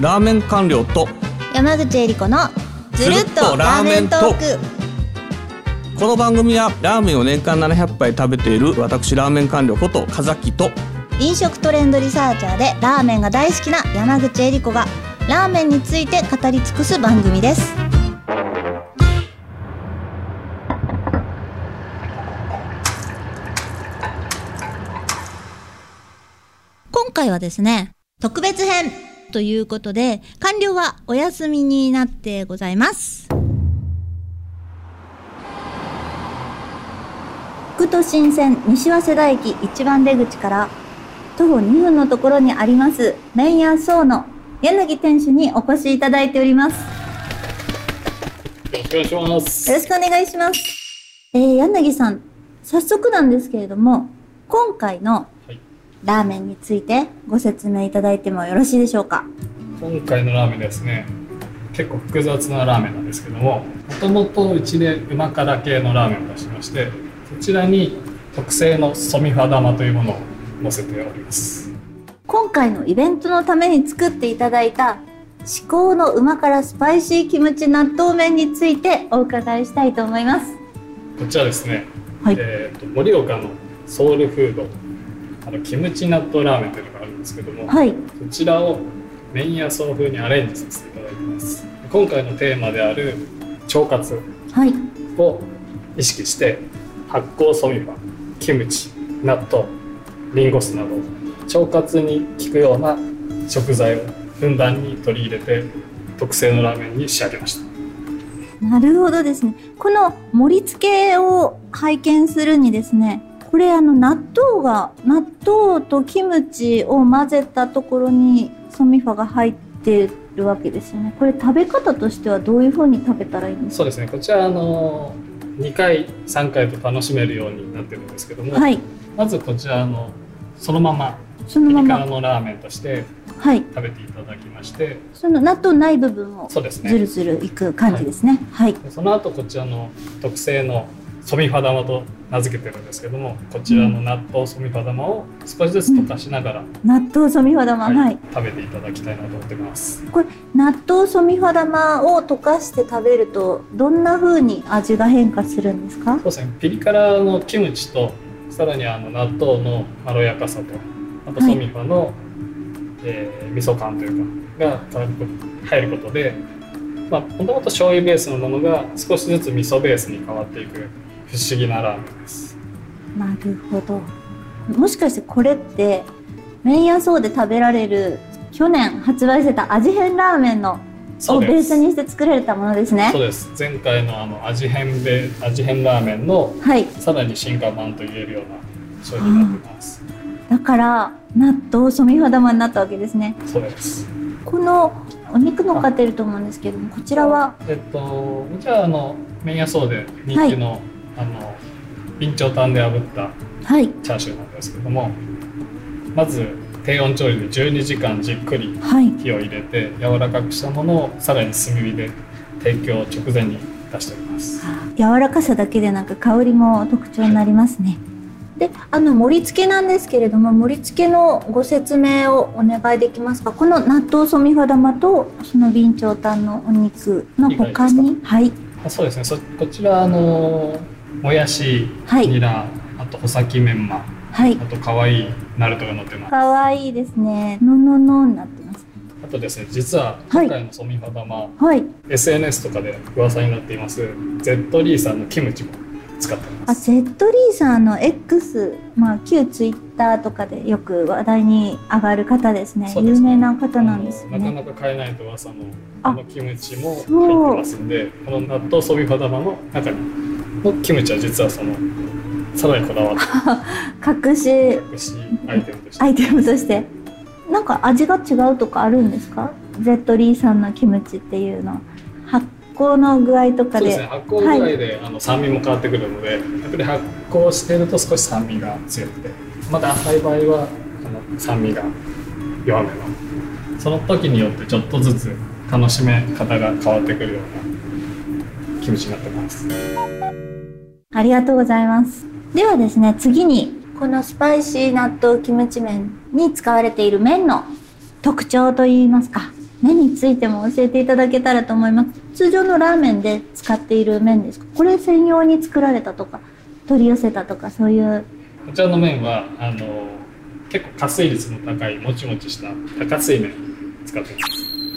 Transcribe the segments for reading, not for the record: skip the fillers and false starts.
ラーメン官僚と山口恵理子のずるっとラーメントーク。 この番組はラーメンを年間700杯食べている私ラーメン官僚こと風木と飲食トレンドリサーチャーでラーメンが大好きな山口恵理子がラーメンについて語り尽くす番組です。今回はですね、特別編ということで官僚はお休みになってございます。副都心線西早稲田駅1番出口から徒歩2分のところにあります麺屋荘の柳店主にお越しいただいております。 よろしくお願いします。 よろしくお願いします。柳さん、早速なんですけれども、今回のラーメンについてご説明いただいてもよろしいでしょうか。 今回のラーメンですね、結構複雑なラーメンなんですけども、もともとうちで旨辛系のラーメンを出しまして、そちらに特製のソミファ玉というものを乗せております。 今回のイベントのために作っていただいた至高の旨辛スパイシーキムチ納豆麺についてお伺いしたいと思います。 こちらですね、 はい、 盛岡のソウルフードキムチ納豆ラーメンというのがあるんですけども、 はい、 そちらを麺屋荘風にアレンジさせていただいてます。今回のテーマである腸活を意識して、発酵ソミファ、キムチ、納豆、リンゴ酢など腸活に効くような食材をふんだんに取り入れて特製のラーメンに仕上げました。 なるほどですね。この盛り付けを拝見するにですね、これ納豆とキムチを混ぜたところにソミファが入ってるわけですよね。これ食べ方としてはどういう風に食べたらいいんですか？ そうですね、こちら2回3回と楽しめるようになってるんですけども、 はい、 まずこちらそのままピリ辛のラーメンとして食べていただきまして、はい、 その納豆ない部分をずるずるいく感じですね。はい、 その後こちらの特製のソミファ玉と名付けてるんですけども、こちらの納豆ソミファ玉を少しずつ溶かしながら、 納豆ソミファ玉、はい、 食べていただきたいなと思ってます。 これ納豆ソミファ玉を溶かして食べるとどんな風に味が変化するんですか？ そうですね、ピリ辛のキムチとさらに納豆のまろやかさと、あとソミファの、味噌感というかが入ることで、もともと醤油ベースのものが少しずつ味噌ベースに変わっていく不思議なラーメンです。 なるほど。もしかしてこれって麺屋荘で食べられる去年発売してた味変ラーメンのをベースにして作られたものですね。 そうです。前回の味変ラーメンの、はい、さらに進化版と言えるような商品になっています。 だから納豆ソミファ玉になったわけですね。 そうです。 このお肉乗っかってると思うんですけども、こちらはこちら麺屋荘で人気の、備長炭で炙ったチャーシューなんですけども、まず低温調理で12時間じっくり火を入れて、柔らかくしたものをさらに炭火で提供直前に出しております。 柔らかさだけでなく香りも特徴になりますね。で、盛り付けなんですけれども、盛り付けのご説明をお願いできますか？この納豆ソミファ玉とその備長炭のお肉の他に、はい、 そうですね。こちらもやし、ニラ、あと穂先メンマ、はい、あと可愛いナルトが乗ってます。可愛いですね。のになってます。 あとですね、実は今回のソミファ玉、はい、SNS とかで噂になっていますゼットリーさんのキムチも使ってます。 ゼットリーさんの X、旧ツイッターとかでよく話題に上がる方ですね。有名な方なんですね。 なかなか買えないと噂のこのキムチも入ってますんで、この納豆ソミファ玉の中にのキムチは実はさらにこだわった隠しアイテムとしてなんか味が違うとかあるんですか？ゼットリーさんのキムチっていうの発酵の具合とかで。そうですね、発酵具合で、酸味も変わってくるので、やっぱり発酵してると少し酸味が強くて、また浅い場合は酸味が弱めの、その時によってちょっとずつ楽しめ方が変わってくるようなキムチになってます。 ありがとうございます。ではですね、次にこのスパイシー納豆キムチ麺に使われている麺の特徴といいますか、 麺についても教えていただけたらと思います。通常のラーメンで使っている麺ですか？これ専用に作られたとか取り寄せたとかそういう。 こちらの麺は結構加水率の高いもちもちした高水麺使ってます。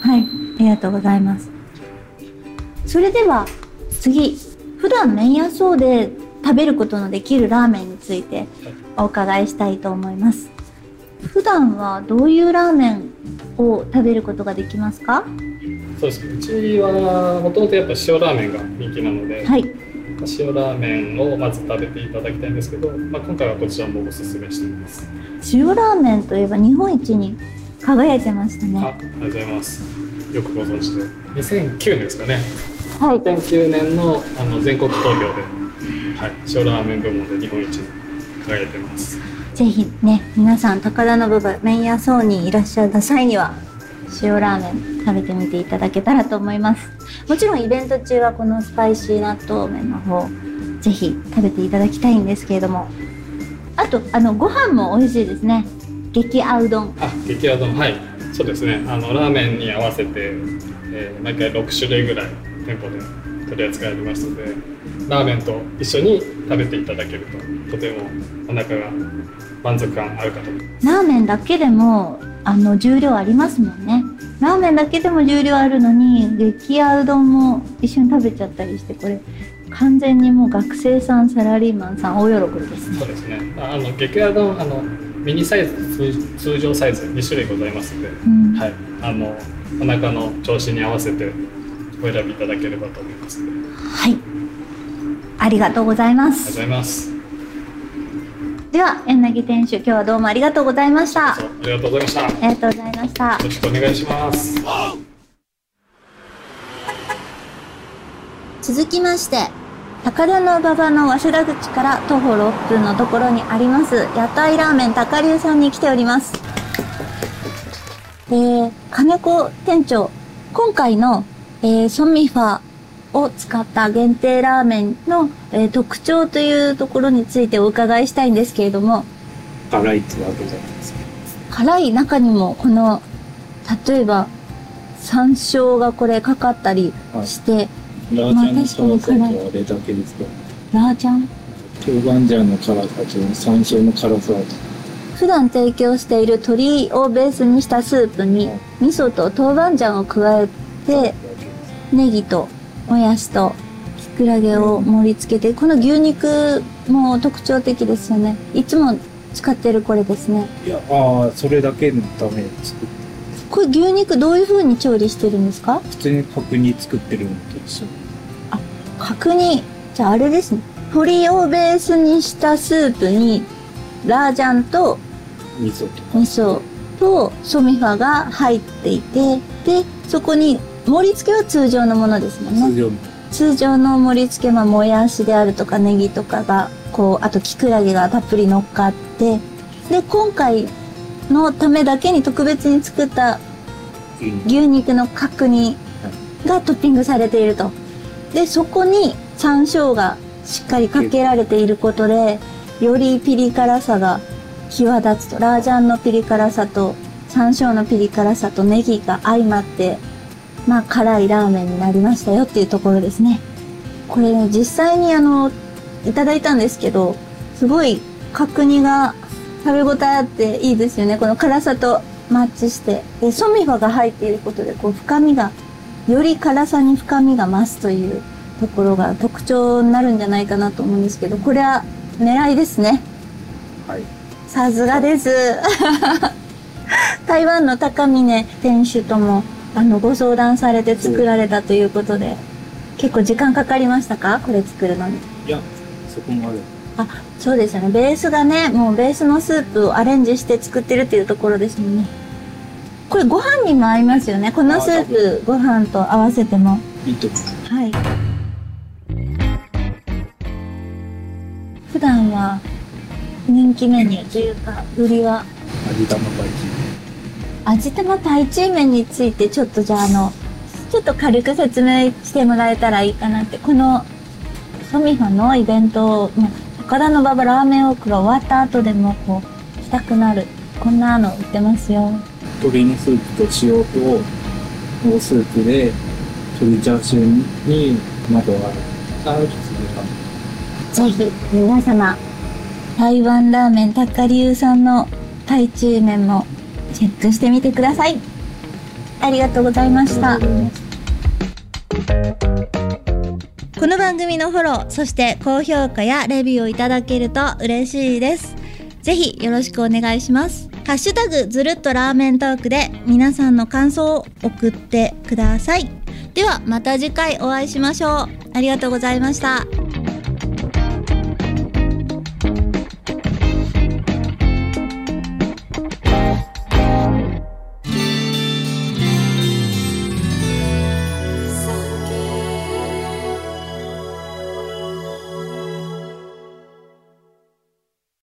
はい、ありがとうございます。それでは次、普段麺屋荘で食べることのできるラーメンについてお伺いしたいと思います。普段はどういうラーメンを食べることができますか？ そうですね、うちはもともとやっぱ塩ラーメンが人気なので、はい、塩ラーメンをまず食べていただきたいんですけど、今回はこちらもおすすめしています。 塩ラーメンといえば日本一に輝いてましたね。 ありがとうございます。よくご存知で。2009年ですかね。 はい。 2009年の全国投票で、はい、塩ラーメン部門で日本一に輝いてます。 ぜひね、皆さん高田馬場麺屋荘にいらっしゃった際には塩ラーメン食べてみていただけたらと思います。もちろんイベント中はこのスパイシー納豆麺の方ぜひ食べていただきたいんですけれども、あとご飯も美味しいですね。激あうどん。 激あうどん、はい、そうですね。ラーメンに合わせて、毎回6種類ぐらい店舗で取り扱いありますので、ラーメンと一緒に食べていただけるととてもお腹が満足感あるかと思います。 ラーメンだけでも重量ありますもんね。ラーメンだけでも重量あるのに激あうどんも一緒に食べちゃったりして、これ完全にもう学生さんサラリーマンさん大喜びですね。 そうですね。激あうどんミニサイズ、通常サイズ2種類ございますので、はい、お腹の調子に合わせてお選びいただければと思います。 はい、ありがとうございます。 ありがとうございます。 では柳店主、今日はどうもありがとうございました。 ありがとうございました。 ありがとうございました。 よろしくお願いします。 続きまして、高田馬場の早稲田口から徒歩6分のところにあります屋台ラーメン高龍さんに来ております。金子店長、今回の、ソミファを使った限定ラーメンの、特徴というところについてお伺いしたいんですけれども。 辛いってわけじゃないですか。 辛い中にもこの例えば山椒がこれかかったりして、 ラージャンの辛さとあれだけですか？ ラージャン？ 豆板醤の辛さと山椒の辛さ。 普段提供している鶏をベースにしたスープに味噌と豆板醤を加えて、ネギともやしときくらげを盛り付けて、この牛肉も特徴的ですよね。いつも使ってるこれですね。 いや、それだけのために作って。 これ牛肉どういう風に調理してるんですか？ 普通に角煮作ってるのと一緒。 角煮。じゃああれですね。鶏をベースにしたスープにラージャンと味噌とソミファが入っていて、でそこに盛り付けは通常のものですもんね。通常の盛り付けはもやしであるとかネギとかがあときくらげがたっぷり乗っかって、で今回のためだけに特別に作った牛肉の角煮がトッピングされていると。でそこに山椒がしっかりかけられていることで、よりピリ辛さが際立つと。ラージャンのピリ辛さと山椒のピリ辛さとネギが相まって、辛いラーメンになりましたよっていうところですね。これね、実際にいただいたんですけど、すごい角煮が食べ応えあっていいですよね。この辛さとマッチして。でソミファが入っていることで深みが、より辛さに深みが増すというところが特徴になるんじゃないかなと思うんですけど、これは狙いですね。 はい。 さすがです。台湾の高峰店主ともご相談されて作られたということで、結構時間かかりましたか？これ作るのに。 いや、そこまで。 そうですよね。ベースがね、もうベースのスープをアレンジして作ってるっていうところですもんね。これご飯にも合いますよね。このスープご飯と合わせてもいいと思います。 はい。普段は人気メニューというか売りは味玉タイチー麺についてちょっとじゃあちょっと軽く説明してもらえたらいいかなって。このソミファのイベント、高田馬場ラーメンオークが終わった後でも来たくなる、こんなの売ってますよ。 鶏のスープと塩とのスープで鶏チャーシューに卵があるぜひ皆様台湾ラーメンタッカリュウさんの台中麺もチェックしてみてください。ありがとうございました。この番組のフォロー、そして高評価やレビューをいただけると嬉しいです。ぜひよろしくお願いします。ハッシュタグずるっとラーメントークで皆さんの感想を送ってください。ではまた次回お会いしましょう。ありがとうございました。